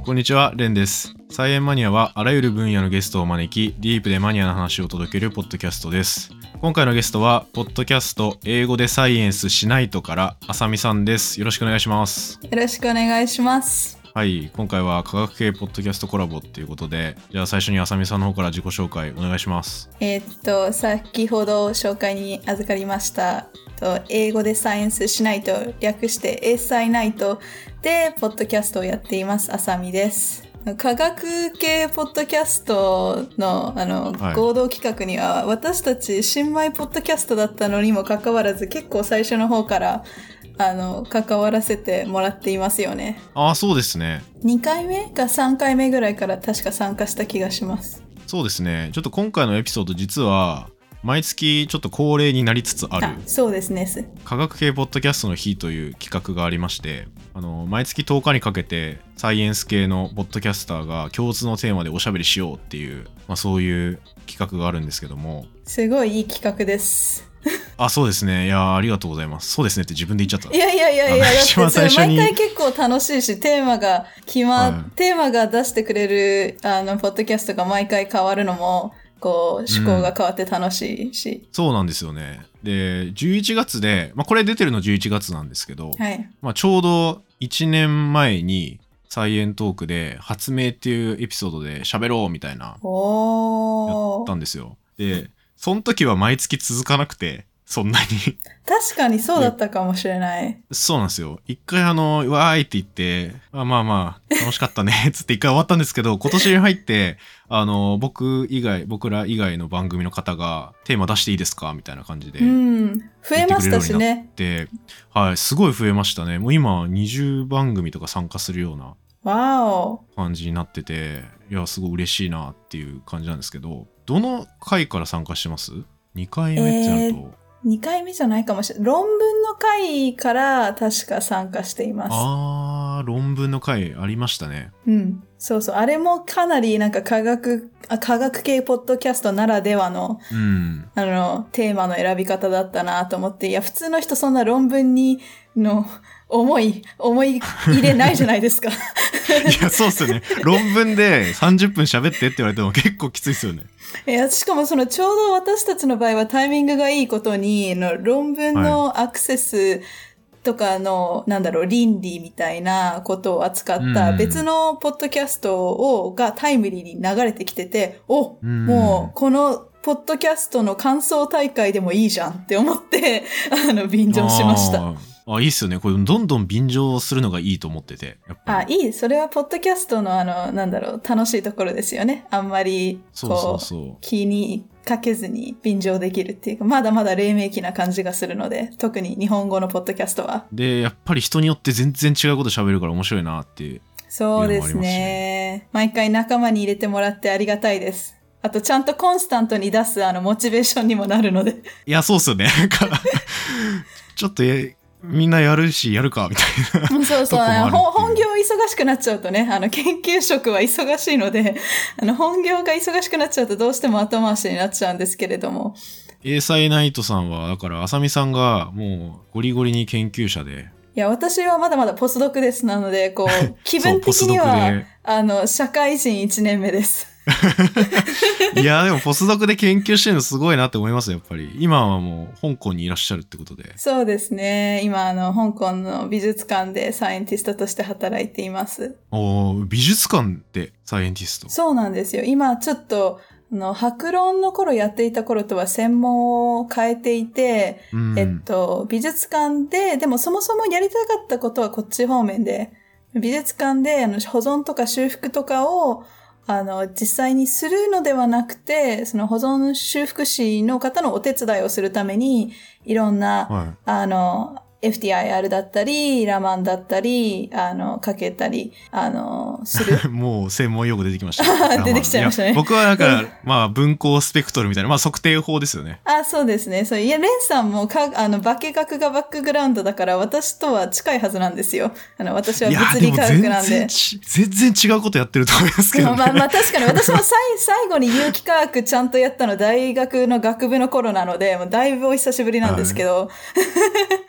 こんにちは、レンです。サイエンマニアはあらゆる分野のゲストを招き、ディープでマニアな話を届けるポッドキャストです。今回のゲストは、ポッドキャスト英語でサイエンスしないとからあさみさんです。よろしくお願いします。 よろしくお願いします。 はい、今回は科学系ポッドキャストコラボっていうことで、じゃあ最初にあさみさんの方から自己紹介お願いします。 先ほど紹介に預かりました。英語でサイエンスしないと略して英サイナイトでポッドキャストをやっていますあさみです。科学系ポッドキャストの合同企画には私たち新米ポッドキャストだったのにもかかわらず結構最初の方から関わらせてもらっていますよね。 ああ、そうですね。 2回目か3回目ぐらいから確か参加した気がします。 そうですね。ちょっと今回のエピソード実は毎月ちょっと恒例になりつつあるそうですね。 科学系ポッドキャストの日という企画がありまして、毎月10日にかけてサイエンス系のポッドキャスターが共通のテーマでおしゃべりしようっていう、そういう企画があるんですけども、 すごいいい企画です。 あ、そうですね。いや、ありがとうございます。そうですねって自分で言っちゃった。 いやだって一番最初に毎回結構楽しいし、テーマがテーマが出してくれるポッドキャストが毎回変わるのもこう趣向が変わって楽しいし、 そうなんですよね。で、11月で、これ出てるの11月なんですけど、 はい、 ちょうど1年前にサイエントークで発明っていうエピソードで喋ろうみたいなやったんですよ。で、その時は毎月続かなくて、そんなに確かにそうだったかもしれない。 そうなんですよ。一回わーいって言って、まあ楽しかったねつって一回終わったんですけど、今年に入って僕ら以外の番組の方がテーマ出していいですかみたいな感じで、 増えましたしね。 はい、すごい増えましたね。もう今20番組とか参加するような感じになってて、いやすごい嬉しいなっていう感じなんですけど、どの回から参加してます？ 2 回目ってなると、 2回目じゃないかもしれない。論文の回から確か参加しています。 あー、論文の回ありましたね。 そうそう。あれもかなりなんか科学系ポッドキャストならではの、テーマの選び方だったなと思って、いや、普通の人そんな論文に思い入れないじゃないですか。いや、そうっすよね。論文で30分喋ってって言われても結構きついっすよね。 いや、しかもちょうど私たちの場合はタイミングがいいことに、論文のアクセスとかの、倫理みたいなことを扱った別のポッドキャストがタイムリーに流れてきてて、もうこのポッドキャストの感想大会でもいいじゃんって思って、便乗しました。 いいっすよね。これどんどん便乗するのがいいと思ってて。やっぱりいい。それはポッドキャストの楽しいところですよね。あんまり気にかけずに便乗できるっていうか、まだまだ黎明期な感じがするので、特に日本語のポッドキャストは。 で、やっぱり人によって全然違うこと喋るから面白いなっていう。 そうですね。毎回仲間に入れてもらってありがたいです。あとちゃんとコンスタントに出すモチベーションにもなるので。 いや、そうっすよね。ちょっとみんなやるしやるかみたいな。 そう本業忙しくなっちゃうとね、研究職は忙しいので、本業が忙しくなっちゃうとどうしても後回しになっちゃうんですけれども。 英サイナイトさんはだからあさみさんがもうゴリゴリに研究者で。 いや、私はまだまだポスドクです。なので気分的には社会人1年目です。 いやでもポスドクで研究してるのすごいなって思いますやっぱり。今はもう香港にいらっしゃるってことで。 そうですね。今香港の美術館でサイエンティストとして働いています。 美術館でサイエンティスト。 そうなんですよ。今ちょっと博論の頃やっていた頃とは専門を変えていて、美術館でもそもそもやりたかったことはこっち方面で、美術館で保存とか修復とかを実際にするのではなくて、その保存修復士の方のお手伝いをするために、いろんな、FTIR だったり、ラマンだったり、かけたり、する。 もう専門用語出てきました。 出てきちゃいましたね。 僕は分光スペクトルみたいな、測定法ですよね。 そうですね。いや、レンさんも化学がバックグラウンドだから、私とは近いはずなんですよ。私は物理科学なんで。 全然違うことやってると思いますけどね。 確かに私も最後に有機化学ちゃんとやったの大学の学部の頃なので、もうだいぶお久しぶりなんですけど。 いや、ちょっ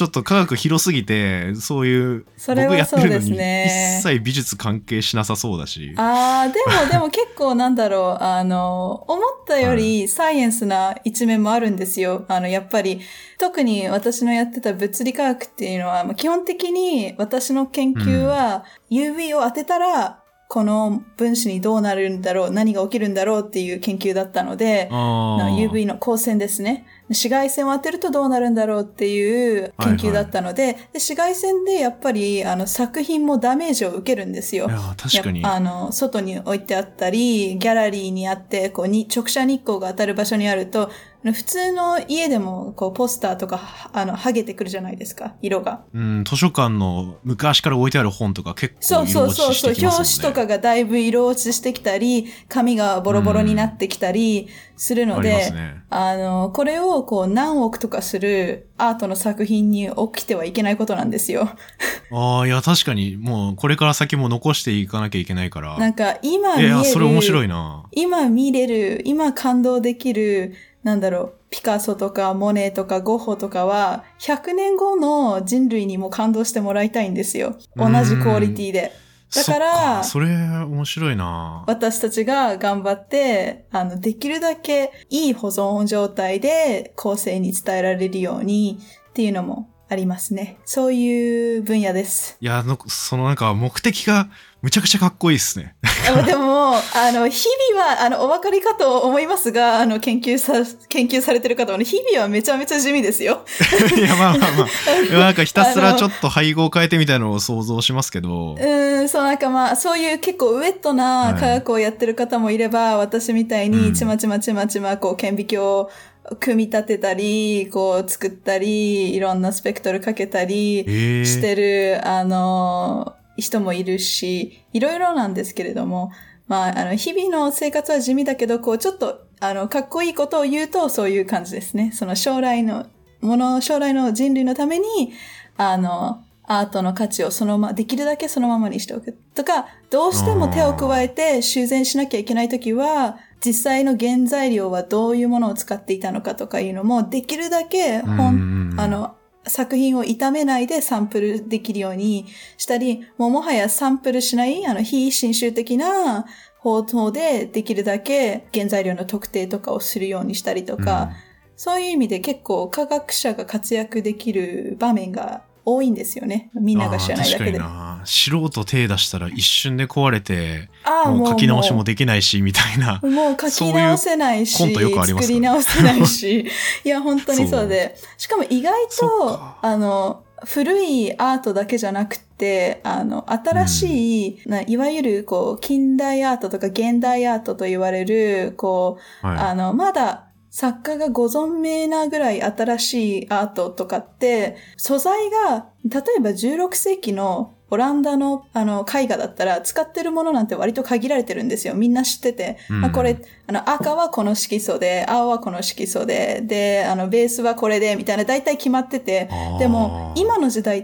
っと科学広すぎて、そういう僕やってるのに一切美術関係しなさそうだし。 でも結構なんだろう、思ったよりサイエンスな一面もあるんですよ。やっぱり、特に私のやってた物理科学っていうのは、基本的に私の研究は UV を当てたら、この分子にどうなるんだろう、何が起きるんだろうっていう研究だったので、UV の光線ですね。紫外線を当てるとどうなるんだろうっていう研究だったので、で紫外線でやっぱり作品もダメージを受けるんですよ。 いや確かに。 外に置いてあったり、ギャラリーにあって、直射日光が当たる場所にあると、普通の家でもポスターとか剥げてくるじゃないですか、色が。 図書館の昔から置いてある本とか結構色落ちしてきますもんね。 表紙とかがだいぶ色落ちしてきたり、紙がボロボロになってきたりするので、これを何億とかするアートの作品に起きてはいけないことなんですよ。 いや確かにもうこれから先も残していかなきゃいけないから。 なんか今見える、 それ面白いな。 今見れる、今感動できる、なんだろう、ピカソとかモネとかゴッホとかは100年後の人類にも感動してもらいたいんですよ。同じクオリティで。だからそれ面白いな。 私たちが頑張ってできるだけいい保存状態で後世に伝えられるようにっていうのもありますね。そういう分野です。 いやなんか目的がむちゃくちゃかっこいいですね。 でも日々はお分かりかと思いますが研究されてる方は日々はめちゃめちゃ地味ですよ。 いやまあなんかひたすらちょっと配合を変えてみたいなのを想像しますけど。 そうなんかそういう結構ウェットな科学をやってる方もいれば、私みたいにちまちま顕微鏡を組み立てたり、作ったり、いろんなスペクトルかけたりしてる、人もいるし、いろいろなんですけれども、日々の生活は地味だけど、ちょっと、かっこいいことを言うと、そういう感じですね。その将来の人類のために、アートの価値をできるだけそのままにしておく。とか、どうしても手を加えて修繕しなきゃいけないときは、実際の原材料はどういうものを使っていたのかとかいうのも、できるだけ作品を傷めないでサンプルできるようにしたり、もはやサンプルしない、非侵襲的な方法でできるだけ原材料の特定とかをするようにしたりとか、そういう意味で結構科学者が活躍できる場面が多いんですよね。みんなが知らないだけで。 確かにな。素人手出したら一瞬で壊れて、もう書き直しもできないしみたいな。 もう書き直せないし、作り直せないし。いや本当にそうで、しかも意外と古いアートだけじゃなくて、新しい、いわゆる近代アートとか現代アートと言われるまだ作家がご存命なぐらい新しいアートとかって、素材が、例えば16世紀のオランダの絵画だったら使ってるものなんて割と限られてるんですよ。みんな知ってて。これ、赤はこの色素で、青はこの色素で、で、ベースはこれで、みたいな大体決まってて。でも、今の時代って、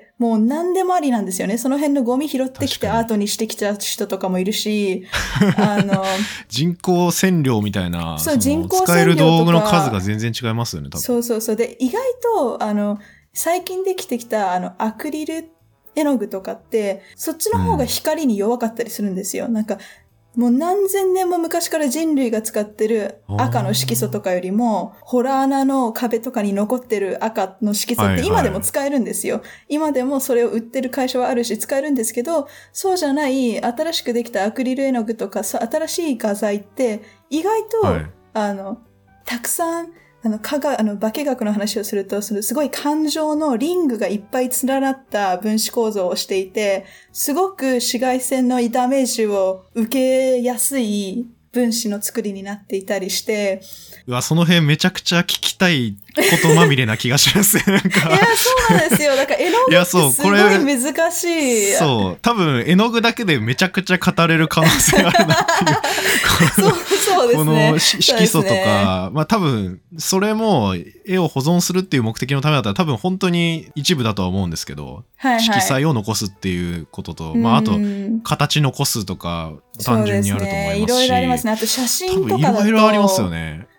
もう何でもありなんですよね。その辺のゴミ拾ってきてアートにしてきた人とかもいるし、 人工染料みたいな、 そう、人工染料とか使える道具の数が全然違いますよね、多分。 そう。で、意外と、最近できてきた、アクリル絵の具とかって、そっちの方が光に弱かったりするんですよ。なんか、もう何千年も昔から人類が使ってる赤の色素とかよりも、ホラー穴の壁とかに残ってる赤の色素って今でも使えるんですよ。今でもそれを売ってる会社はあるし使えるんですけど、そうじゃない新しくできたアクリル絵の具とか、新しい画材って意外と、たくさん、化学の話をすると、すごい感情のリングがいっぱい連なった分子構造をしていて、すごく紫外線のダメージを受けやすい分子の作りになっていたりして。 その辺めちゃくちゃ聞きたいことまみれな気がしますね。なんかいや、そうなんですよ。だから絵の具ってすごい難しい。 そう。多分絵の具だけでめちゃくちゃ語れる可能性あるなっていう。 そうですね。 この色素とか、多分それも絵を保存するっていう目的のためだったら多分本当に一部だとは思うんですけど、色彩を残すっていうことと、あと形残すとか単純にあると思いますし、 いろいろありますね。あと写真とかだといろいろありますよね。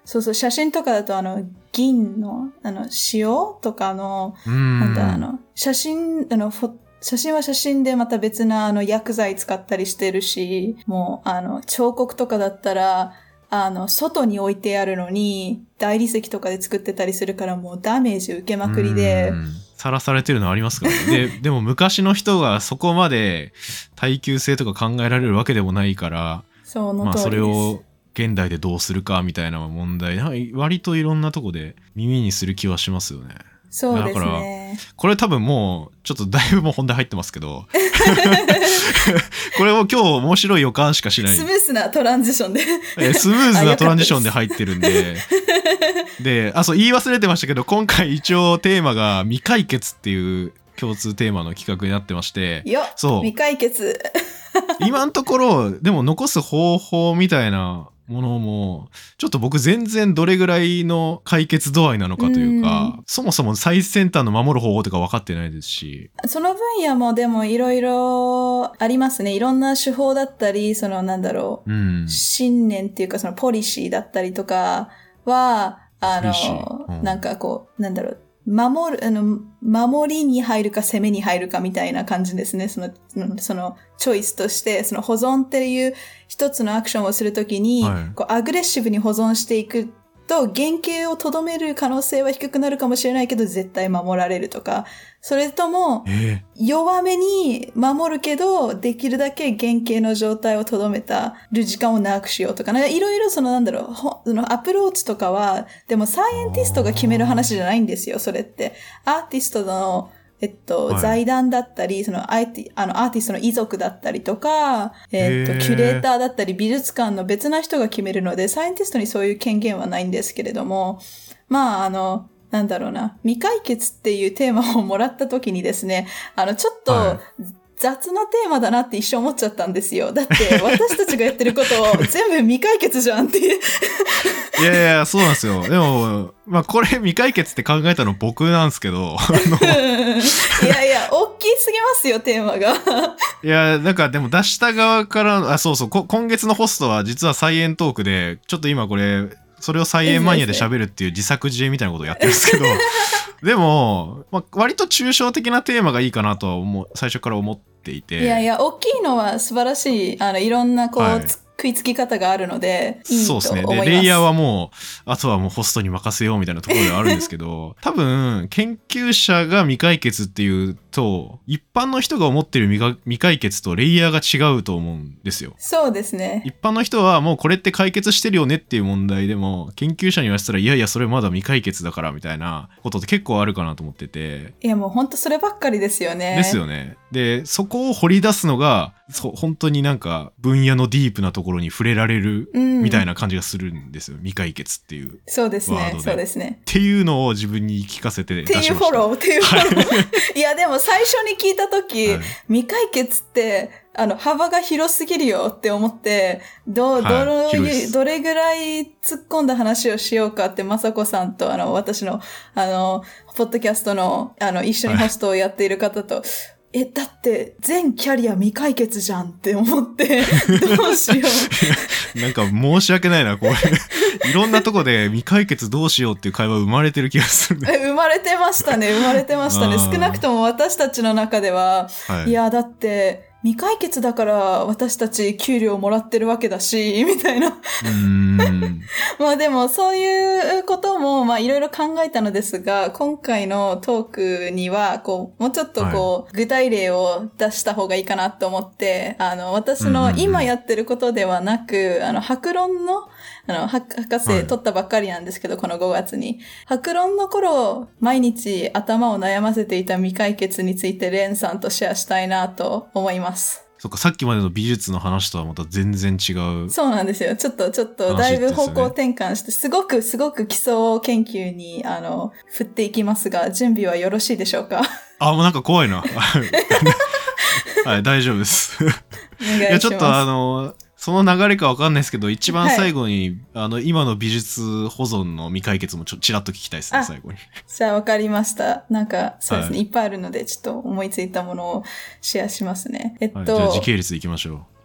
そうそう、写真とかだと銀の、塩とかなんだ、写真は写真でまた別な薬剤使ったりしてるし、もう彫刻とかだったら、外に置いてあるのに、大理石とかで作ってたりするからもうダメージ受けまくりで。 さらされてるのありますからね。でも昔の人がそこまで耐久性とか考えられるわけでもないから、 まあそれを現代でどうするかみたいな問題、割といろんなとこで耳にする気はしますよね。 そうですね。 だからこれ多分もうちょっとだいぶもう本題入ってますけどこれも今日面白い予感しかしない。 スムーズなトランジションでスムーズなトランジションで入ってるんでそう言い忘れてましたけど、今回一応テーマが未解決っていう共通テーマの企画になってまして、 そう未解決今のところでも残す方法みたいなものもちょっと僕全然どれぐらいの解決度合いなのかというか、そもそも最先端の守る方法とか分かってないですし、 その分野もでもいろいろありますね。いろんな手法だったり、なんだろう、信念っていうかポリシーだったりとかはなんかこうなんだろう、守りに入るか攻めに入るかみたいな感じですね。そのチョイスとして、保存っていう一つのアクションをするときに、こうアグレッシブに保存していくと、原型をとどめる可能性は低くなるかもしれないけど、絶対守られるとか、それとも、弱めに守るけど、できるだけ原型の状態をとどめたる時間を長くしようとか、いろいろなんだろう、アプローチとかは、でもサイエンティストが決める話じゃないんですよ、それって。アーティストの、財団だったり、アーティストの遺族だったりとか、キュレーターだったり、美術館の別な人が決めるので、サイエンティストにそういう権限はないんですけれども、なんだろうな、未解決っていうテーマをもらった時にですね、ちょっと、雑なテーマだなって一生思っちゃったんですよ。だって私たちがやってることを全部未解決じゃんっていういやそうなんですよ。でもこれ未解決って考えたの僕なんですけどいや大きすぎますよテーマがいやなんかでも出した側からそう今月のホストは実はサイエントークでちょっと今これそれをサイエンマニアで喋るっていう自作自演みたいなことをやってるんですけどでも、割と抽象的なテーマがいいかなとは最初から思っていて、 いや大きいのは素晴らしい、いろんな食いつき方があるのでいいと思います。 そうですね。でレイヤーはもうあとはもうホストに任せようみたいなところではあるんですけど多分研究者が未解決っていうと一般の人が思ってる未解決とレイヤーが違うと思うんですよ。 そうですね。 一般の人はもうこれって解決してるよねっていう問題でも研究者に言わせたらいやそれまだ未解決だからみたいなことって結構あるかなと思ってて、 いやもう本当そればっかりですよね。 ですよね。でそこを掘り出すのが本当になんか分野のディープなところに触れられるみたいな感じがするんですよ、未解決っていうワードで。 そうですねっていうのを自分に言い聞かせて出しました。 っていうフォローいやでも最初に聞いた時、未解決って幅が広すぎるよって思ってどれぐらい突っ込んだ話をしようかってまさこさんと私のポッドキャストの一緒にホストをやっている方と、だって全キャリア未解決じゃんって思ってどうしようなんか申し訳ないなこれいろんなとこで未解決どうしようっていう会話生まれてる気がする生まれてましたね少なくとも私たちの中では、いやだって未解決だから私たち給料もらってるわけだしみたいなでもそういうこともいろいろ考えたのですが、今回のトークにはもうちょっと具体例を出した方がいいかなと思って、私の今やってることではなく博論の博士取ったばっかりなんですけど、この5月に博論の頃毎日頭を悩ませていた未解決についてレンさんとシェアしたいなと思います。 そっか、さっきまでの美術の話とはまた全然違う。 そうなんですよ。ちょっとだいぶ方向転換して、すごく基礎研究に振っていきますが、準備はよろしいでしょうか？ もうなんか怖いな。はい、大丈夫です。 お願いします。いやちょっとその流れかわかんないですけど、一番最後に、今の美術保存の未解決もちらっと聞きたいですね、最後に。 じゃあわかりました。なんか、そうですね、いっぱいあるので、ちょっと思いついたものをシェアしますね。 じゃあ時系列でいきましょう。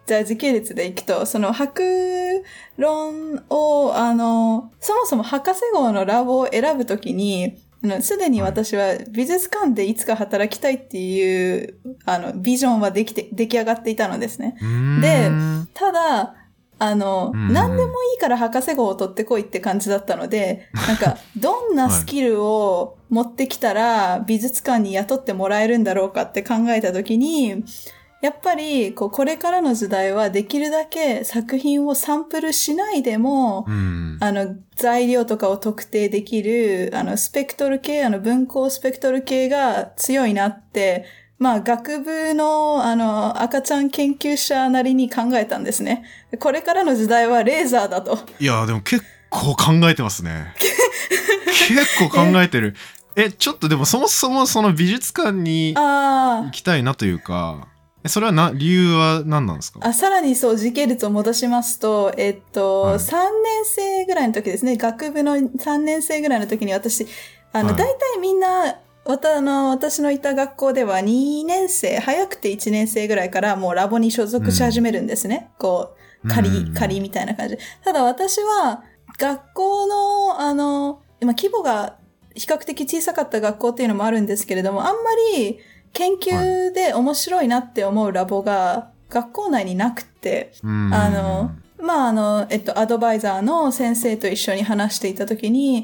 じゃあ時系列でいくと、その博論を、そもそも博士号のラボを選ぶときに、すでに私は美術館でいつか働きたいっていう、ビジョンは出来上がっていたのですね。で、ただ、何でもいいから博士号を取ってこいって感じだったので、なんか、どんなスキルを持ってきたら美術館に雇ってもらえるんだろうかって考えたときに、やっぱり、これからの時代はできるだけ作品をサンプルしないでも、材料とかを特定できる、スペクトル系、分光スペクトル系が強いなって、まあ、学部の、赤ちゃん研究者なりに考えたんですね。これからの時代はレーザーだと。 いや、でも結構考えてますね。結構考えてる。ちょっとでもそもそもその美術館に行きたいなというか、それは理由は何なんですか？ さらにそう、時系列を戻しますと、3年生ぐらいの時ですね、学部の3年生ぐらいの時に私、大体みんな、私のいた学校では2年生、早くて1年生ぐらいからもうラボに所属し始めるんですね。仮みたいな感じ。ただ私は、学校の、規模が比較的小さかった学校っていうのもあるんですけれども、あんまり、研究で面白いなって思うラボが学校内になくて、アドバイザーの先生と一緒に話していたときに、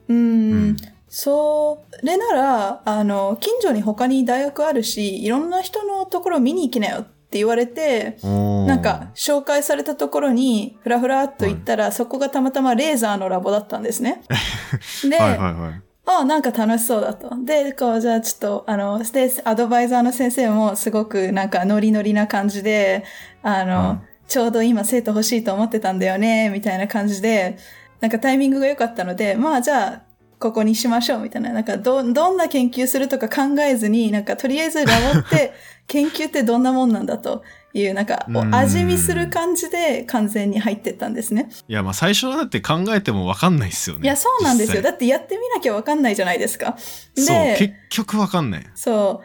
それなら、近所に他に大学あるし、いろんな人のところ見に行きなよって言われて、なんか紹介されたところにふらふらっと行ったら、そこがたまたまレーザーのラボだったんですね。で、なんか楽しそうだと。で、じゃあちょっと、アドバイザーの先生もすごくなんかノリノリな感じで、ちょうど今生徒欲しいと思ってたんだよね、みたいな感じで、なんかタイミングが良かったので、じゃあ、ここにしましょう、みたいな。なんかどんな研究するとか考えずに、なんかとりあえずラボって、研究ってどんなもんなんだと。なんか、味見する感じで完全に入ってったんですね。 いや、最初はだって考えても分かんないですよね。 いや、そうなんですよ。だってやってみなきゃ分かんないじゃないですか。 そう、結局分かんない。 そう。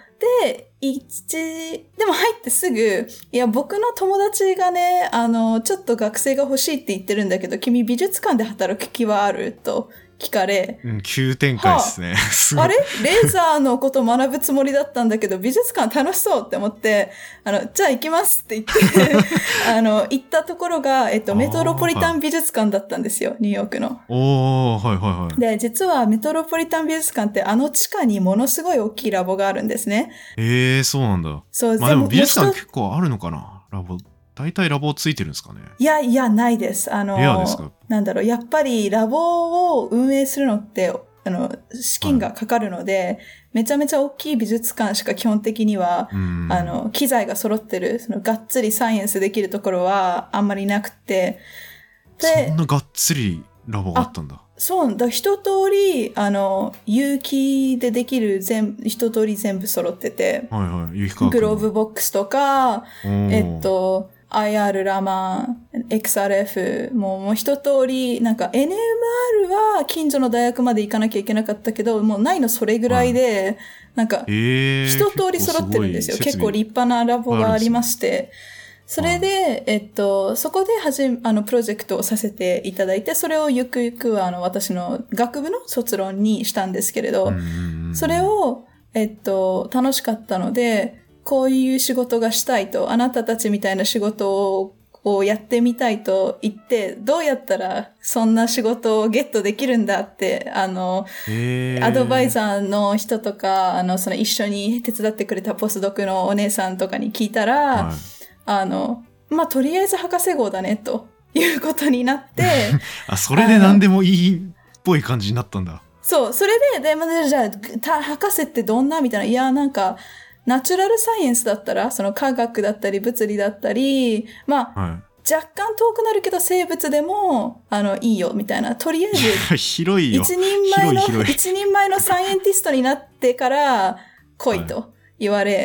で、でも入ってすぐ、いや、僕の友達がね、ちょっと学生が欲しいって言ってるんだけど、君美術館で働く気はあると聞かれ。 急展開ですね。 あれレーザーのこと学ぶつもりだったんだけど、美術館楽しそうって思って、じゃあ行きますって言って行ったところが、メトロポリタン美術館だったんですよ、ニューヨークの。で、実はメトロポリタン美術館って地下にものすごい大きいラボがあるんですね。 そうなんだ。 そう、 でも美術館結構あるのかな、ラボ。大体ラボついてるんですかね？ いや、ないです。 レアですか？ やっぱりラボを運営するのって、資金がかかるので、めちゃめちゃ大きい美術館しか基本的には、機材が揃ってる、がっつりサイエンスできるところはあんまりなくて。 そんながっつりラボがあったんだ。 そう、一通り、有機でできる一通り全部揃ってて、 有機化学グローブボックスとか、IR ラマン、XRF、もう一通り、なんか NMR は近所の大学まで行かなきゃいけなかったけど、もうないのそれぐらいで、なんか、一通り揃ってるんですよ。結構立派なラボがありまして、それで、そこでプロジェクトをさせていただいて、それをゆくゆく私の学部の卒論にしたんですけれど、それを、楽しかったので、こういう仕事がしたいと、あなたたちみたいな仕事をやってみたいと言って、どうやったらそんな仕事をゲットできるんだって、アドバイザーの人とか、その一緒に手伝ってくれたポスドクのお姉さんとかに聞いたら、とりあえず博士号だね、ということになって。 それで何でもいいっぽい感じになったんだ。 そう、それで、じゃあ、博士ってどんなみたいな、いや、なんか、ナチュラルサイエンスだったら、その科学だったり物理だったり、若干遠くなるけど生物でも、いいよ、みたいな。とりあえず、 広いよ。 一人前のサイエンティストになってから来いと言われ、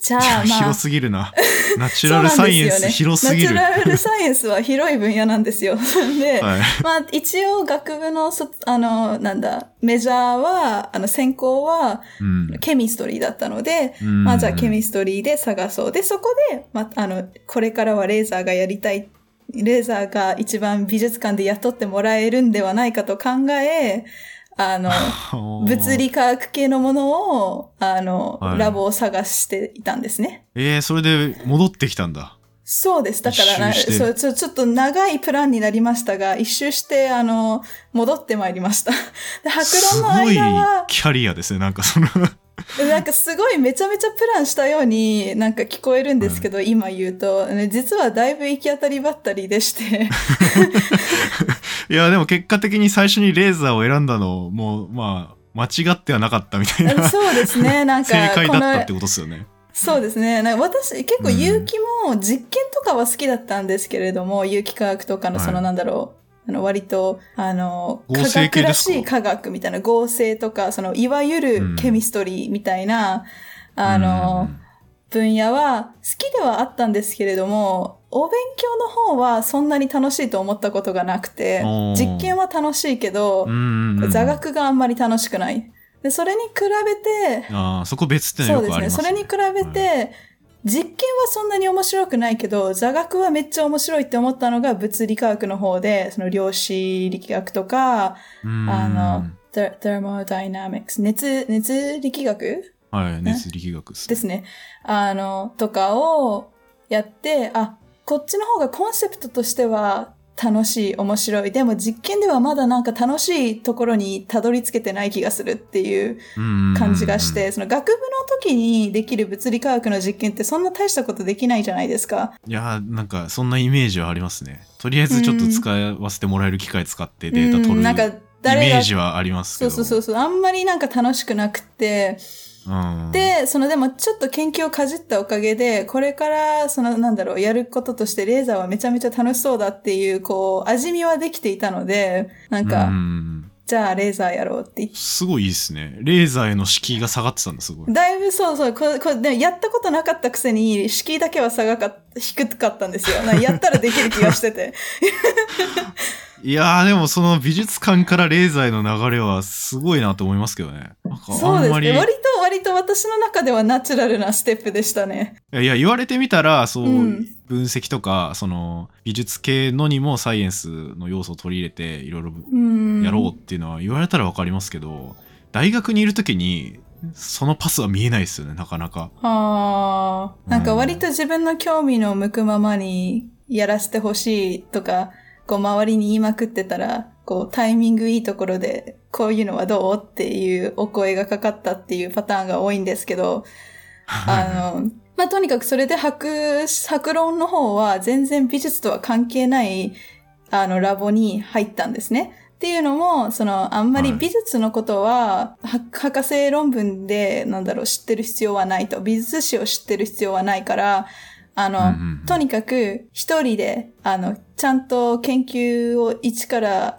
じゃあまあ。 広すぎるな。ナチュラルサイエンス広すぎる。 ナチュラルサイエンスは広い分野なんですよ。で、はい、まあ一応学部のメジャーは、専攻は、ケミストリーだったので、まあじゃあケミストリーで探そう。で、そこで、これからはレーザーがやりたい。レーザーが一番美術館で雇ってもらえるんではないかと考え、物理科学系のものを、はい、ラボを探していたんですね。 それで戻ってきたんだ。 そうです。だからちょっと長いプランになりましたが、一周して、戻ってまいりました。で、博論の間は。 すごいキャリアですね、なんかその。 なんかすごいめちゃめちゃプランしたようになんか聞こえるんですけど、今言うと、実はだいぶ行き当たりばったりでして。 いや、でも結果的に最初にレーザーを選んだのも、まあ、間違ってはなかったみたいな。 そうですね、なんか。 正解だったってことですよね。 そうですね。私、結構有機も実験とかは好きだったんですけれども、有機化学とかの割と、科学らしい科学みたいな合成とか、いわゆるケミストリーみたいな、分野は好きではあったんですけれども、お勉強の方はそんなに楽しいと思ったことがなくて、実験は楽しいけど、座学があんまり楽しくない。で、それに比べて、 そこ別ってのよくありますね。 そうですね。それに比べて、実験はそんなに面白くないけど、座学はめっちゃ面白いって思ったのが物理科学の方で、量子力学とか、thermodynamics、熱力学？ はい、熱力学ですね。とかをやって、こっちの方がコンセプトとしては楽しい、面白い。でも実験ではまだなんか楽しいところにたどり着けてない気がするっていう感じがして、学部の時にできる物理科学の実験ってそんな大したことできないじゃないですか。 いやー、なんかそんなイメージはありますね。とりあえずちょっと使わせてもらえる機械使ってデータ取るイメージはありますけど。 そう。あんまりなんか楽しくなくて、で、でもちょっと研究をかじったおかげで、これからやることとしてレーザーはめちゃめちゃ楽しそうだっていう、味見はできていたので、じゃあレーザーやろうって言って。 すごいいいですね。レーザーへの敷居が下がってたんだ、すごい。 だいぶそう、でやったことなかったくせに、敷居だけは低かったんですよ。やったらできる気がしてて。 いやー、でもその美術館からレーザーへの流れはすごいなと思いますけどね。 そうですね。割と私の中ではナチュラルなステップでしたね。 いや、言われてみたら、分析とか、美術系のにもサイエンスの要素を取り入れて、いろいろやろうっていうのは言われたらわかりますけど、大学にいるときに、そのパスは見えないですよね、なかなか。 なんか割と自分の興味の向くままにやらせてほしいとか、周りに言いまくってたら、タイミングいいところで、こういうのはどうっていうお声がかかったっていうパターンが多いんですけど、とにかくそれで博論の方は全然美術とは関係ない、ラボに入ったんですね。っていうのも、あんまり美術のことは、博士論文で、知ってる必要はないと。美術史を知ってる必要はないから、とにかく一人で、ちゃんと研究を1から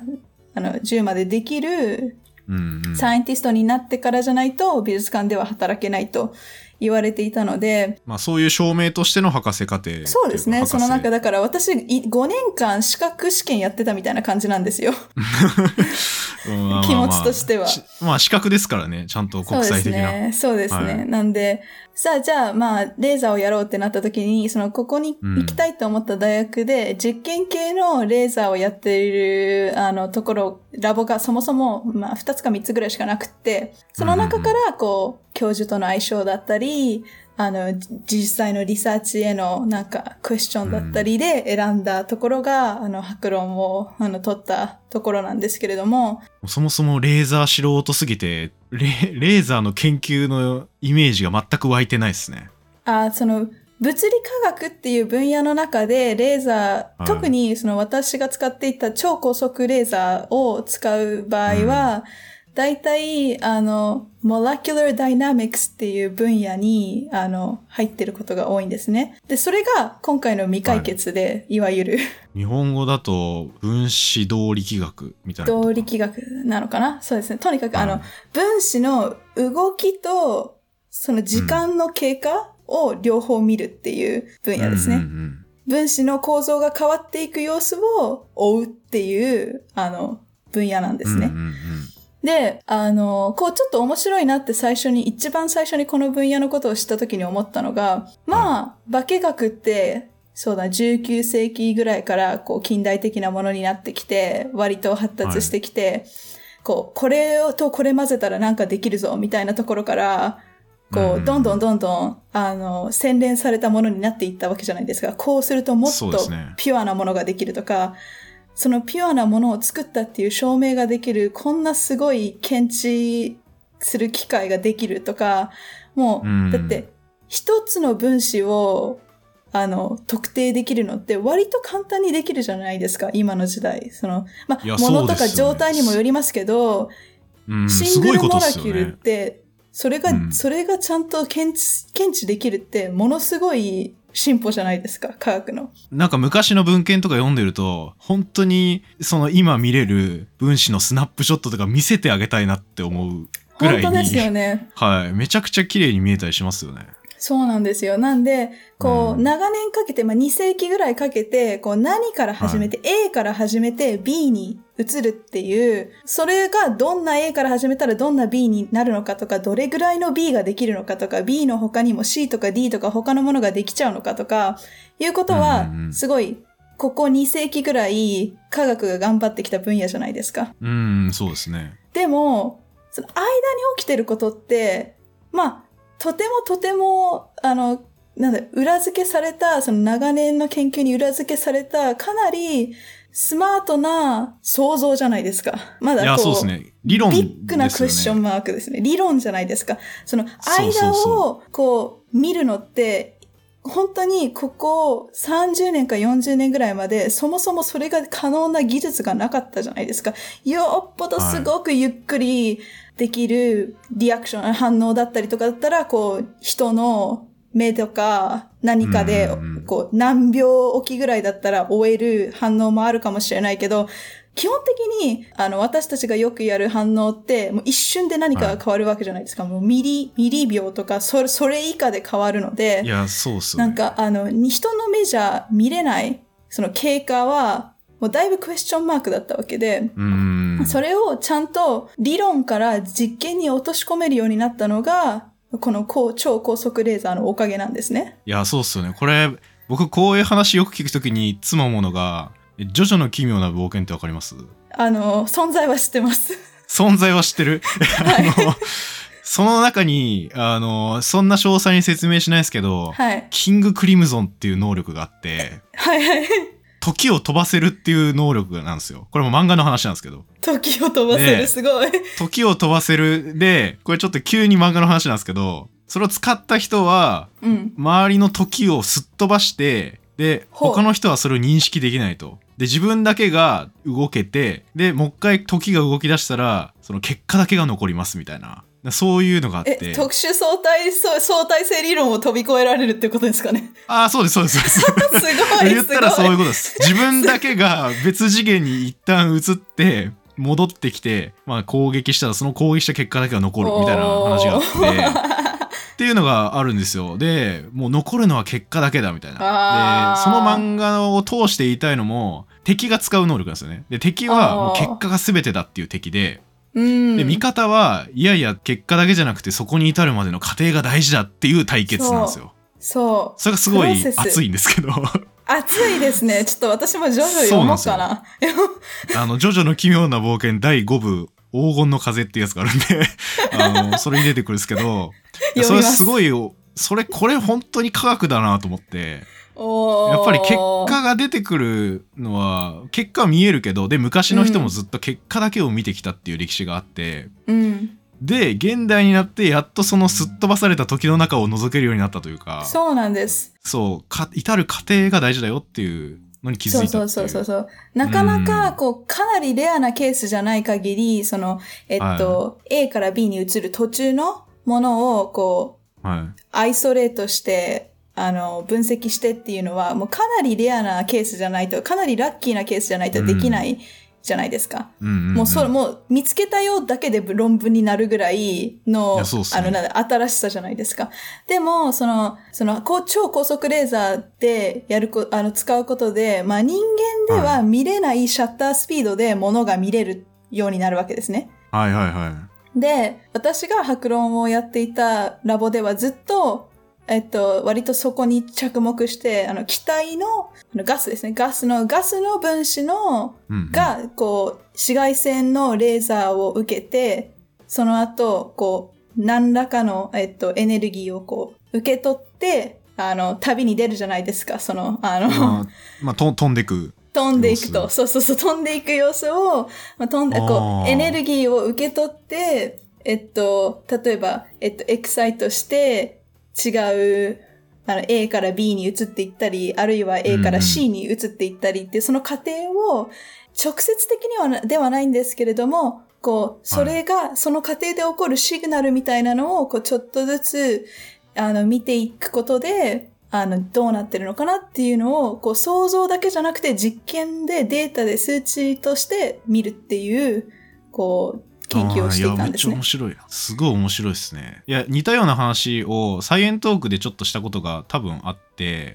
10までできるサイエンティストになってからじゃないと美術館では働けないと言われていたので、 そういう証明としての博士課程。 そうですね。だから私5年間資格試験やってたみたいな感じなんですよ。気持ちとしては。 資格ですからね、ちゃんと国際的な。 そうですね。なんで、じゃあ、レーザーをやろうってなった時に、ここに行きたいと思った大学で、実験系のレーザーをやっている、ところ、ラボがそもそも、2つか3つぐらいしかなくって、その中から、教授との相性だったり、実際のリサーチへのクエスチョンだったりで選んだところが、博論を、取ったところなんですけれども。 そもそもレーザー素人すぎて、レーザーの研究のイメージが全く湧いてないですね。 物理科学っていう分野の中で、レーザー、特に私が使っていた超高速レーザーを使う場合は、だいたい、molecular dynamics っていう分野に、入ってることが多いんですね。で、それが今回の未解決で、いわゆる。 日本語だと、分子動力学みたいな。 動力学なのかな？そうですね。とにかく、分子の動きと、その時間の経過を両方見るっていう分野ですね。分子の構造が変わっていく様子を追うっていう、分野なんですね。で、こうちょっと面白いなって一番最初にこの分野のことを知った時に思ったのが、まあ、化学って、そうだ、19世紀ぐらいからこう近代的なものになってきて、割と発達してきて、これとこれ混ぜたらなんかできるぞ、みたいなところから、こう、どんどん、洗練されたものになっていったわけじゃないですか。こうするともっとピュアなものができるとか、そのピュアなものを作ったっていう証明ができる、こんなすごい検知する機械ができるとか、もう、だって、一つの分子を、特定できるのって割と簡単にできるじゃないですか、今の時代。まあ、ものとか状態にもよりますけど、シングルモラキュルって、それがちゃんと検知できるって、ものすごい進歩じゃないですか、科学の。 なんか昔の文献とか読んでると、本当に今見れる分子のスナップショットとか見せてあげたいなって思うぐらいに。 本当ですよね。 はい。めちゃくちゃ綺麗に見えたりしますよね。 そうなんですよ。なんで、長年かけて、2世紀ぐらいかけて、何から始めて、A から始めて B に移るっていう、それがどんな A から始めたらどんな B になるのかとか、どれぐらいの B ができるのかとか、B の他にも C とか D とか他のものができちゃうのかとか、いうことは、すごい、ここ2世紀ぐらい科学が頑張ってきた分野じゃないですか。 そうですね。 でも、その間に起きてることって、まあ、とても、裏付けされた、その長年の研究に裏付けされた、かなりスマートな想像じゃないですか。まだそうですね。理論ですよね。 ビッグなクエスチョンマークですね。理論じゃないですか。その間を見るのって、本当にここ30年か40年ぐらいまで、そもそもそれが可能な技術がなかったじゃないですか。よっぽどすごくゆっくりできるリアクション、反応だったりとかだったら、人の目とか何かで、何秒おきぐらいだったら終える反応もあるかもしれないけど、基本的に、私たちがよくやる反応って、もう一瞬で何かが変わるわけじゃないですか。もうミリ秒とか、それ以下で変わるので。 いや、そうっすね。 なんか、人の目じゃ見れない、その経過は、もうだいぶクエスチョンマークだったわけで、それをちゃんと理論から実験に落とし込めるようになったのが、この超高速レーザーのおかげなんですね。 いや、そうっすよね。これ、僕こういう話よく聞くときにいつも思うのが、ジョジョの奇妙な冒険ってわかります？ 存在は知ってます。 存在は知ってる？その中に、そんな詳細に説明しないですけど、キングクリムゾンっていう能力があって、時を飛ばせるっていう能力なんですよ。これも漫画の話なんですけど。 時を飛ばせる、すごい。 時を飛ばせるで、これちょっと急に漫画の話なんですけど、それを使った人は、周りの時をすっ飛ばして、で、他の人はそれを認識できないと。で、自分だけが動けて、で、もう一回時が動き出したら、その結果だけが残りますみたいな。そういうのがあって。 特殊相対性理論を飛び越えられるってことですかね。 そうです。すごい。 言ったらそういうことです。自分だけが別次元に一旦移って、戻ってきて、攻撃したらその攻撃した結果だけが残るみたいな話があって。っていうのがあるんですよ。で、もう残るのは結果だけだみたいな。で、その漫画を通して言いたいのも、敵が使う能力なんですよね。で、敵はもう結果が全てだっていう敵で、で、味方はいやいや結果だけじゃなくてそこに至るまでの過程が大事だっていう対決なんですよ。 それがすごい熱いんですけど。 熱いですね。ちょっと私もジョジョ読もうかな。 ジョジョの奇妙な冒険第5部、黄金の風っていうやつがあるんで、それに出てくるんですけど、それすごいよ。これ本当に科学だなと思って。やっぱり結果が出てくるのは、結果は見えるけど、で、昔の人もずっと結果だけを見てきたっていう歴史があって、で、現代になってやっとそのすっ飛ばされた時の中を覗けるようになったというか。 そうなんです。 至る過程が大事だよっていうのに気づいたっていう。 そう。なかなか、かなりレアなケースじゃない限り、A から B に移る途中のものを、アイソレートして、分析してっていうのは、もうかなりレアなケースじゃないと、かなりラッキーなケースじゃないとできないじゃないですか。もう見つけたよだけで論文になるぐらいの、新しさじゃないですか。でも、超高速レーザーで使うことで、まあ人間では見れないシャッタースピードで物が見れるようになるわけですね。 はいはいはい。 で、私が博論をやっていたラボではずっと、割とそこに着目して、気体のガスですね。ガスの分子が、紫外線のレーザーを受けて、その後、何らかの、エネルギーを受け取って、旅に出るじゃないですか。 まあ、飛んでいく。 飛んでいくと。そう、飛んでいく様子を、エネルギーを受け取って、例えば、エクサイトして、違う、A から B に移っていったり、あるいは A から C に移っていったりって、その過程を直接的にではないんですけれども、それが、その過程で起こるシグナルみたいなのを、ちょっとずつ、見ていくことで、どうなってるのかなっていうのを、想像だけじゃなくて実験でデータで数値として見るっていう、研究をしていたんですね。 めっちゃ面白い。すごい面白いですね。いや、似たような話をサイエントークでちょっとしたことが多分あって、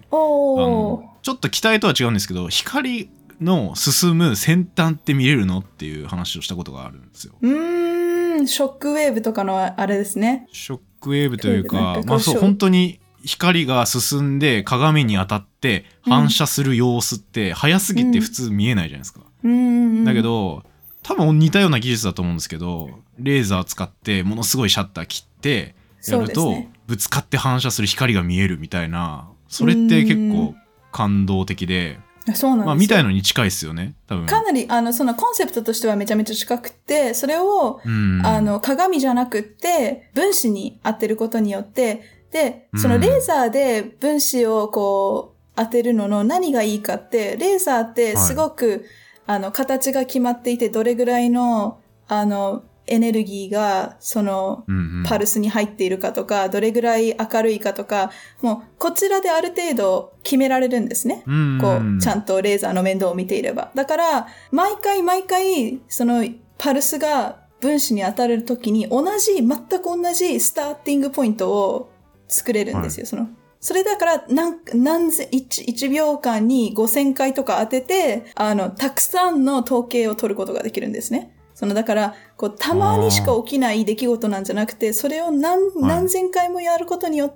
ちょっと期待とは違うんですけど、光の進む先端って見れるのっていう話をしたことがあるんですよ。 ショックウェーブとかのあれですね。 ショックウェーブというか、まあそう、本当に光が進んで鏡に当たって反射する様子って早すぎて普通見えないじゃないですか。だけど、多分似たような技術だと思うんですけど、レーザー使ってものすごいシャッター切ってやると、ぶつかって反射する光が見えるみたいな、それって結構感動的で、 そうなんですよ。 まあみたいのに近いですよね、多分。 かなりそのコンセプトとしてはめちゃめちゃ近くて、それを鏡じゃなくって分子に当てることによって、でそのレーザーで分子を当てるのの何がいいかって、レーザーってすごく、形が決まっていて、どれぐらいの、エネルギーが、パルスに入っているかとか、どれぐらい明るいかとか、もう、こちらである程度決められるんですね。ちゃんとレーザーの面倒を見ていれば。だから、毎回、パルスが分子に当たるときに、全く同じスターティングポイントを作れるんですよ。それだから、1秒間に5000回とか当てて、たくさんの統計を取ることができるんですね。だから、たまにしか起きない出来事なんじゃなくて、それを何千回もやることによって、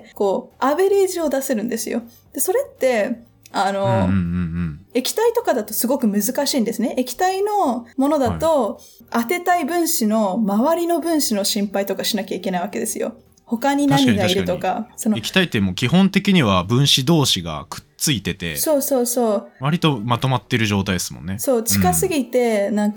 アベレージを出せるんですよ。で、それって、液体とかだとすごく難しいんですね。液体のものだと、当てたい分子の周りの分子の心配とかしなきゃいけないわけですよ。他に何がいるとか。 液体ってもう基本的には分子同士がくっついてて、 そう。 割とまとまってる状態ですもんね。 そう、近すぎて、分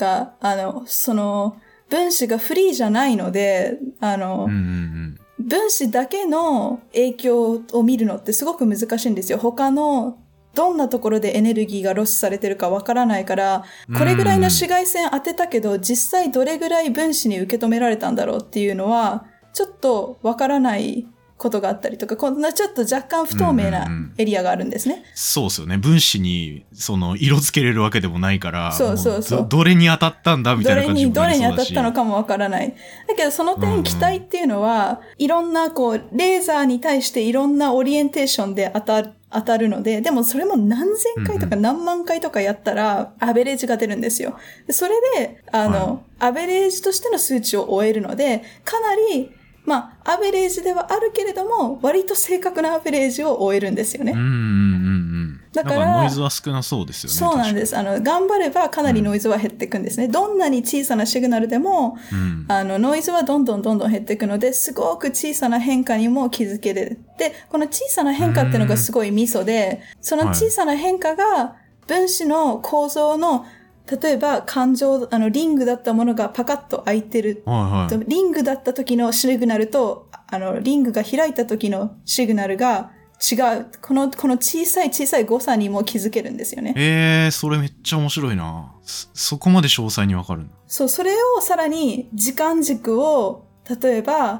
子がフリーじゃないので、分子だけの影響を見るのってすごく難しいんですよ。他のどんなところでエネルギーがロスされてるかわからないから、これぐらいの紫外線当てたけど、実際どれぐらい分子に受け止められたんだろうっていうのは、ちょっとわからないことがあったりとか、こんなちょっと若干不透明なエリアがあるんですね。 そうですよね。分子に色付けれるわけでもないから、 そう。 どれに当たったんだみたいな感じもどれに当たったのかもわからない。だけどその点、気体っていうのは、いろんなレーザーに対していろんなオリエンテーションで当たるので、でもそれも何千回とか何万回とかやったら、アベレージが出るんですよ。でそれで、アベレージとしての数値を終えるので、かなり、アベレージではあるけれども、割と正確なアベレージを終えるんですよね。 だからノイズは少なそうですよね。 そうなんです。頑張ればかなりノイズは減っていくんですね。どんなに小さなシグナルでも、ノイズはどんどん減っていくので、すごく小さな変化にも気づける。で、この小さな変化っていうのがすごいミソで、その小さな変化が分子の構造の例えばリングだったものがパカッと開いてる。リングだった時のシグナルと、リングが開いた時のシグナルが違う。この小さい誤差にも気づけるんですよね。 それめっちゃ面白いな。そこまで詳細にわかるんだ。 そう、それをさらに時間軸を、例えば、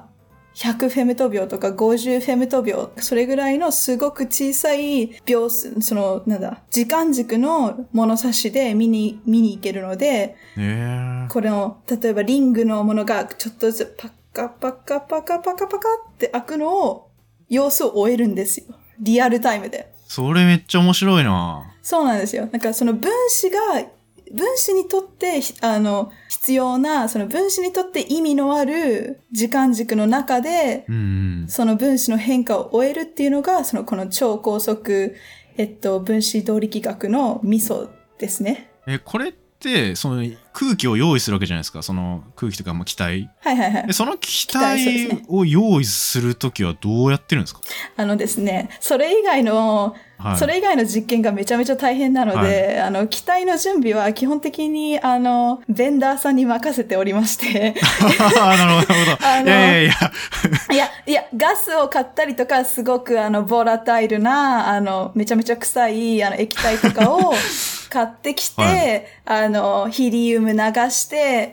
100フェムト秒とか50フェムト秒、それぐらいのすごく小さい秒数、時間軸の物差しで見に行けるので、これの、例えばリングのものがちょっとずつパカパカパカパカパカって開くのを、様子を終えるんですよ。リアルタイムで。 それめっちゃ面白いな。 そうなんですよ。なんかその分子にとって、必要な、その分子にとって意味のある時間軸の中で、その分子の変化を終えるっていうのが、この超高速、分子動力学のミソですね。 これって、その空気を用意するわけじゃないですか。その空気とか気体。 はいはいはい。 その気体を用意するときはどうやってるんですか？ ですね、それ以外の実験がめちゃめちゃ大変なので、気体の準備は基本的に、ベンダーさんに任せておりまして。 なるほど。 いや、ガスを買ったりとか、すごくボラタイルな、めちゃめちゃ臭い、液体とかを買ってきて、ヒリウム流して、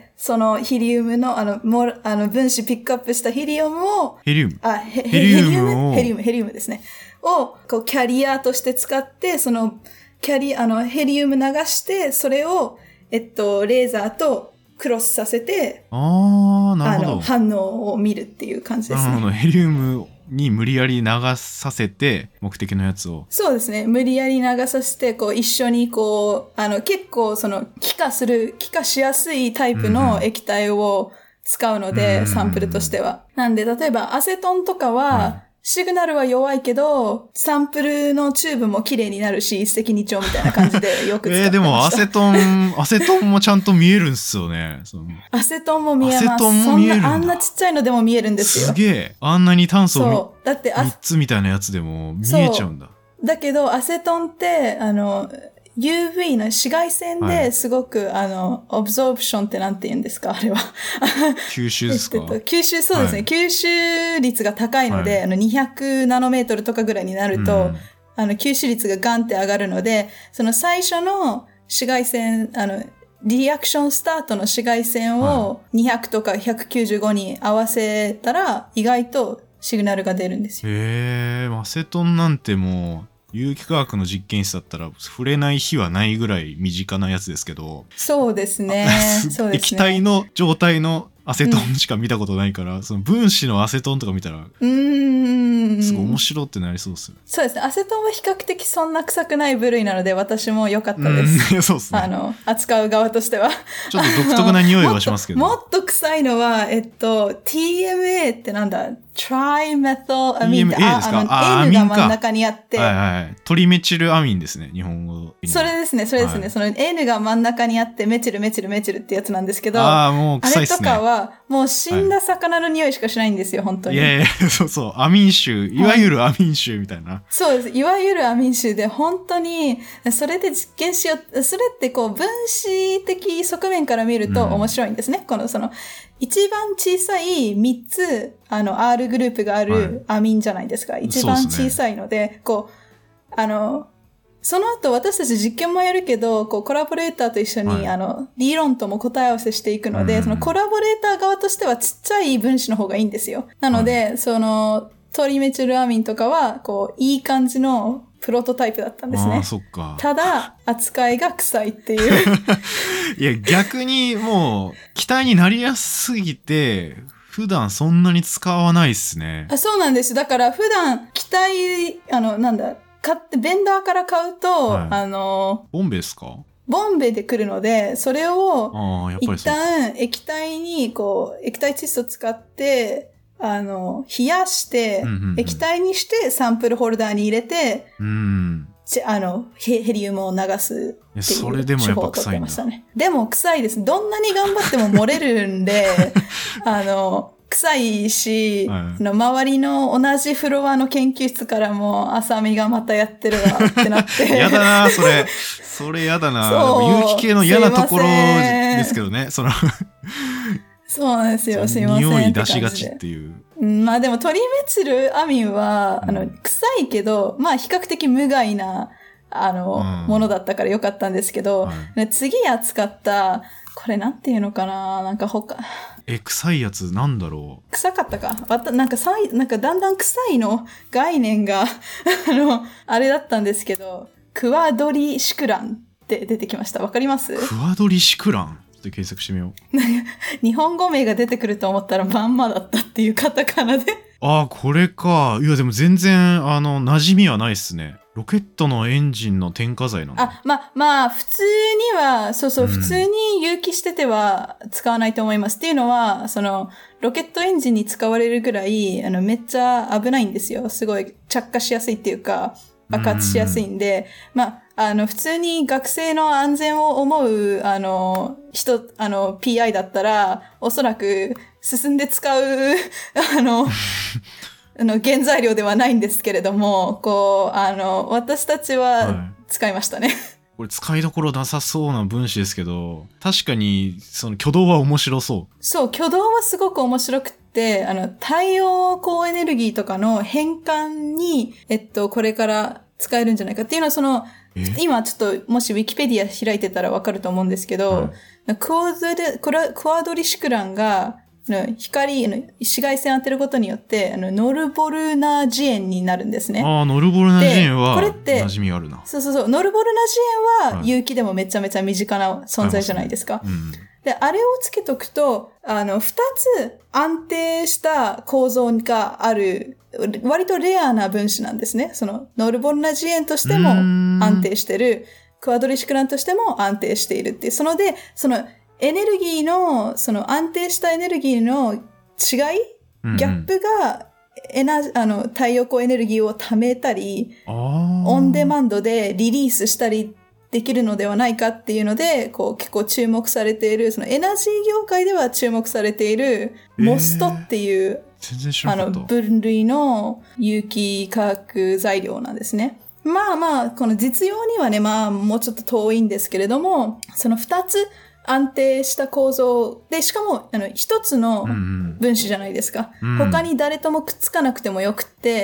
そのヒリウムの、分子ピックアップしたヒリウムを、 ヘリウムですね。を、こう、キャリアとして使って、その、ヘリウム流して、それを、レーザーとクロスさせて、 なるほど。 反応を見るっていう感じですね。 なるほど。ヘリウムに無理やり流させて、目的のやつを。 そうですね。無理やり流させて、こう、一緒にこう、結構、気化しやすいタイプの液体を使うので、サンプルとしては。なんで、例えば、アセトンとかは、シグナルは弱いけど、サンプルのチューブも綺麗になるし、一石二鳥みたいな感じでよく使ってました。 でもアセトンもちゃんと見えるんですよね。 アセトンも見えます。 アセトンも見えるんだ。 あんなちっちゃいのでも見えるんですよ。 すげえ。あんなに炭素そう。だって 3つみたいなやつでも見えちゃうんだ。 だけど、アセトンって、UV の紫外線ですごく、オブゾープションってなんて言うんですかあれは。 吸収ですか？ 吸収、そうですね。吸収率が高いので、200ナノメートルとかぐらいになると、吸収率がガンって上がるので、その最初の紫外線、リアクションスタートの紫外線を200とか195に合わせたら、意外とシグナルが出るんですよ。 アセトンなんてもう、有機化学の実験室だったら触れない日はないぐらい身近なやつですけど。 そうですね。 液体の状態のアセトンしか見たことないから、その分子のアセトンとか見たら、すごい面白ってなりそうですよね。 そうですね。アセトンは比較的そんな臭くない部類なので、私も良かったです。 そうですね。 扱う側としては。 ちょっと独特な匂いはしますけど。 もっと臭いのは、TMA ってなんだ？トライメトアミンって、N が真ん中にあって、 トリメチルアミンですね、日本語。 それですね。その N が真ん中にあって、メチルってやつなんですけど、 もう臭いっすね。 あれとかは、もう死んだ魚の匂いしかしないんですよ、本当に。 そう、アミン臭、いわゆるアミン臭みたいな。 そうです。いわゆるアミン臭で、本当に、それで実験しよう、それってこう、分子的側面から見ると面白いんですね。一番小さい3つ、R グループがあるアミンじゃないですか。一番小さいので、こう、その後私たち実験もやるけど、こう、コラボレーターと一緒に、理論とも答え合わせしていくので、そのコラボレーター側としてはちっちゃい分子の方がいいんですよ。なので、トリメチルアミンとかは、こう、いい感じのプロトタイプだったんですね。 そっか。 ただ、扱いが臭いっていう。 いや、逆にもう、気体になりやすすぎて、普段そんなに使わないっすね。 そうなんです。だから普段、気体、買って、ベンダーから買うと、 ボンベですか？ ボンベで来るので、それを、一旦液体に、こう、液体窒素使って、冷やして、液体にしてサンプルホルダーに入れて、ヘリウムを流すっていうそれでもやっぱ臭いんだ。 でも臭いです。どんなに頑張っても漏れるんで、臭いし、周りの同じフロアの研究室からも、あさみがまたやってるわってなって。 やだな、それ。それやだな。有機系の嫌なところですけどね。 そうなんですよ。すいません。 匂い出しがちっていう。 まあでもトリメチルアミンは、臭いけど、まあ比較的無害な、ものだったからよかったんですけど、次扱った、これなんていうのかな、なんか臭いやつなんだろう。 臭かったか。なんかだんだん臭いの概念があれだったんですけど、クワドリシクランって出てきました。わかります？ クワドリシクランちょっと検索してみよう。日本語名が出てくると思ったらまんまだったっていうカタカナで。 ああ、これか。いやでも全然馴染みはないっすね。ロケットのエンジンの添加剤なの？ まあ、普通には、普通に有機してては使わないと思います。っていうのは、ロケットエンジンに使われるぐらい、めっちゃ危ないんですよ。すごい着火しやすいっていうか、爆発しやすいんで、普通に学生の安全を思う、PI だったら、おそらく進んで使う、原材料ではないんですけれども、私たちは使いましたね。 これ使いどころなさそうな分子ですけど、確かに、挙動は面白そう。 そう、挙動はすごく面白くって、太陽光エネルギーとかの変換に、これから使えるんじゃないかっていうのは、今ちょっと、もしウィキペディア開いてたらわかると思うんですけど、クワドリシクランが、紫外線当てることによって、ノルボルナジエンになるんですね。 ああ、ノルボルナジエンは、これって、馴染みあるな。 そう。ノルボルナジエンは、有機でもめちゃめちゃ身近な存在じゃないですか。で、あれをつけとくと、二つ安定した構造がある、割とレアな分子なんですね。ノルボルナジエンとしても安定してる、クワドリシクランとしても安定しているっていう。エネルギーの、安定したエネルギーの違い、ギャップが、太陽光エネルギーを貯めたり、オンデマンドでリリースしたりできるのではないかっていうので、結構注目されている、エナジー業界では注目されている、モストっていう、分類の有機化学材料なんですね。この実用にはね、もうちょっと遠いんですけれども、その二つ、安定した構造で、しかも、一つの分子じゃないですか。他に誰ともくっつかなくてもよくって、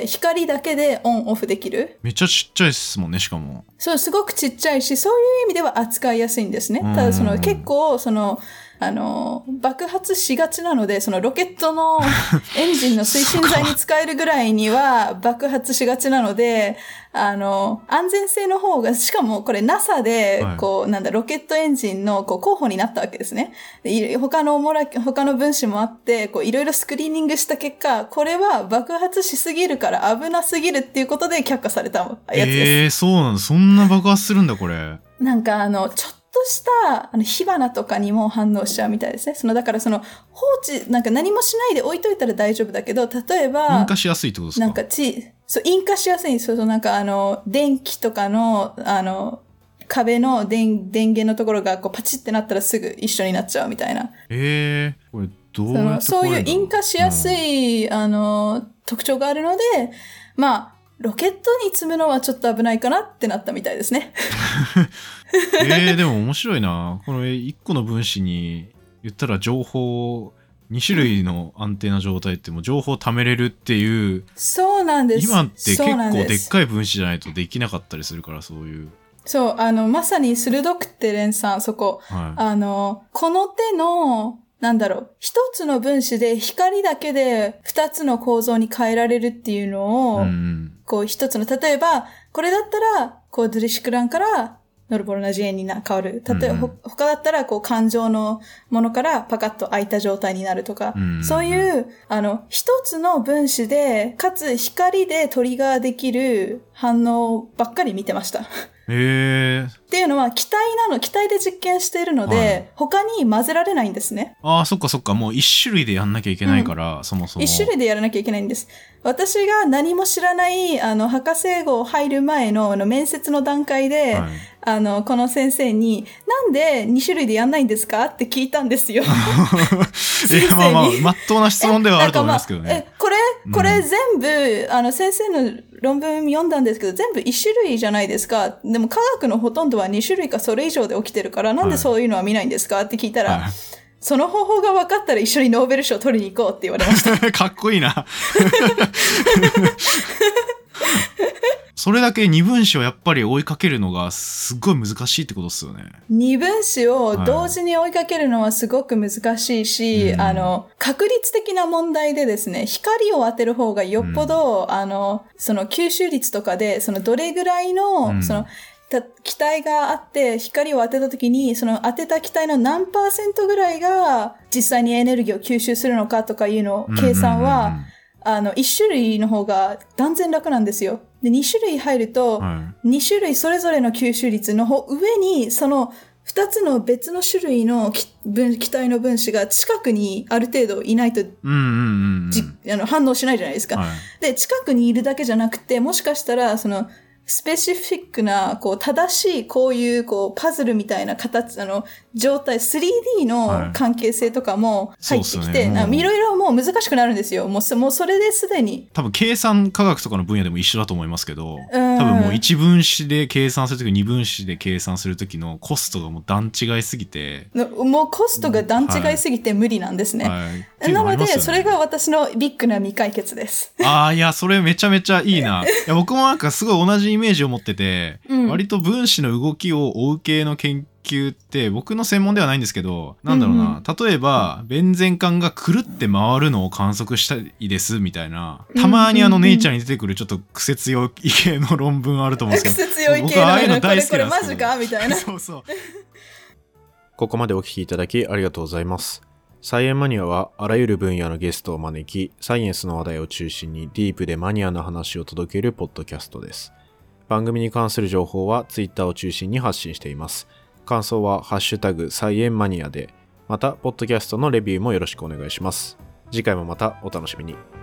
光だけでオンオフできる。 めっちゃちっちゃいですもんね、しかも。 そう、すごくちっちゃいし、そういう意味では扱いやすいんですね。ただ、結構、爆発しがちなので、ロケットのエンジンの推進剤に使えるぐらいには爆発しがちなので、安全性の方が、しかもこれ NASA で、ロケットエンジンの候補になったわけですね。で他の分子もあって、いろいろスクリーニングした結果、これは爆発しすぎるから危なすぎるっていうことで却下されたやつです。 そうなんだ。そんな爆発するんだ、これ。 ちょっとした火花とかにも反応しちゃうみたいですね。だから放置、何もしないで置いといたら大丈夫だけど、例えば、 引火しやすいってことですか？ 引火しやすいんですよ。電気とかの、壁の電源のところがパチってなったらすぐ一緒になっちゃうみたいな。 これどうやってそういう引火しやすい、特徴があるので、ロケットに積むのはちょっと危ないかなってなったみたいですね。 でも面白いな。この1個の分子に言ったら情報2種類の安定な状態ってもう情報を貯めれるっていう。 そうなんです。 今って結構でっかい分子じゃないとできなかったりするから、そういう。 そう、まさに鋭くて連さん、そこ。この手の、一つの分子で光だけで二つの構造に変えられるっていうのを、一つの、例えば、これだったら、ドリシクランからノルボルナジエンに変わる。例えば、他だったら、感情のものからパカッと開いた状態になるとか、そういう、一つの分子で、かつ光でトリガーできる反応ばっかり見てました。っていうのは気体で実験しているので、他に混ぜられないんですね。 そっか。もう一種類でやんなきゃいけないから、そもそも。 一種類でやらなきゃいけないんです。私が何も知らない、博士号入る前の、面接の段階で、この先生に、なんで2種類でやんないんですかって聞いたんですよ。 まっとうな質問ではあると思いますけどね。 これ全部、先生の論文読んだんですけど、全部1種類じゃないですか。でも科学のほとんどは2種類かそれ以上で起きてるから、なんでそういうのは見ないんですかって聞いたら、その方法が分かったら一緒にノーベル賞取りに行こうって言われました。 かっこいいな。 それだけ二分子をやっぱり追いかけるのがすっごい難しいってことですよね。 二分子を同時に追いかけるのはすごく難しいし、確率的な問題でですね、光を当てる方がよっぽど、その吸収率とかで、そのどれぐらいの、その、気体があって光を当てた時にその当てた気体の何%ぐらいが実際にエネルギーを吸収するのかとかいうの計算は1種類の方が断然楽なんですよ。で2種類入ると2種類それぞれの吸収率の上にその2つの別の種類の気体の分子が近くにある程度いないと反応しないじゃないですか。で近くにいるだけじゃなくてもしかしたらそのスペシフィックな、正しい、こういう、パズルみたいな形、状態、3D の関係性とかも入ってきて、いろいろもう難しくなるんですよ。もうそれですでに。 多分、計算科学とかの分野でも一緒だと思いますけど、多分もう一分子で計算するとき、二分子で計算するときのコストがもう段違いすぎて。 もうコストが段違いすぎて無理なんですね。なので、それが私のビッグな未解決です。 いや、それめちゃめちゃいいな。いや、僕もなんかすごい同じイメージを持ってて、割と分子の動きを追う系の研究って僕の専門ではないんですけど、なんだろうな、例えばベンゼン管がくるって回るのを観測したいですみたいな、たまにネイチャーに出てくるちょっと癖強い系の論文あると思うんですけど、 癖強い系の僕ああいうの大好きなんですけど、 これマジかみたいな。 そうそう。ここまでお聞きいただきありがとうございます。サイエンマニアはあらゆる分野のゲストを招き、サイエンスの話題を中心にディープでマニアな話を届けるポッドキャストです。番組に関する情報はツイッターを中心に発信しています。感想はハッシュタグサイエンマニアで、またポッドキャストのレビューもよろしくお願いします。次回もまたお楽しみに。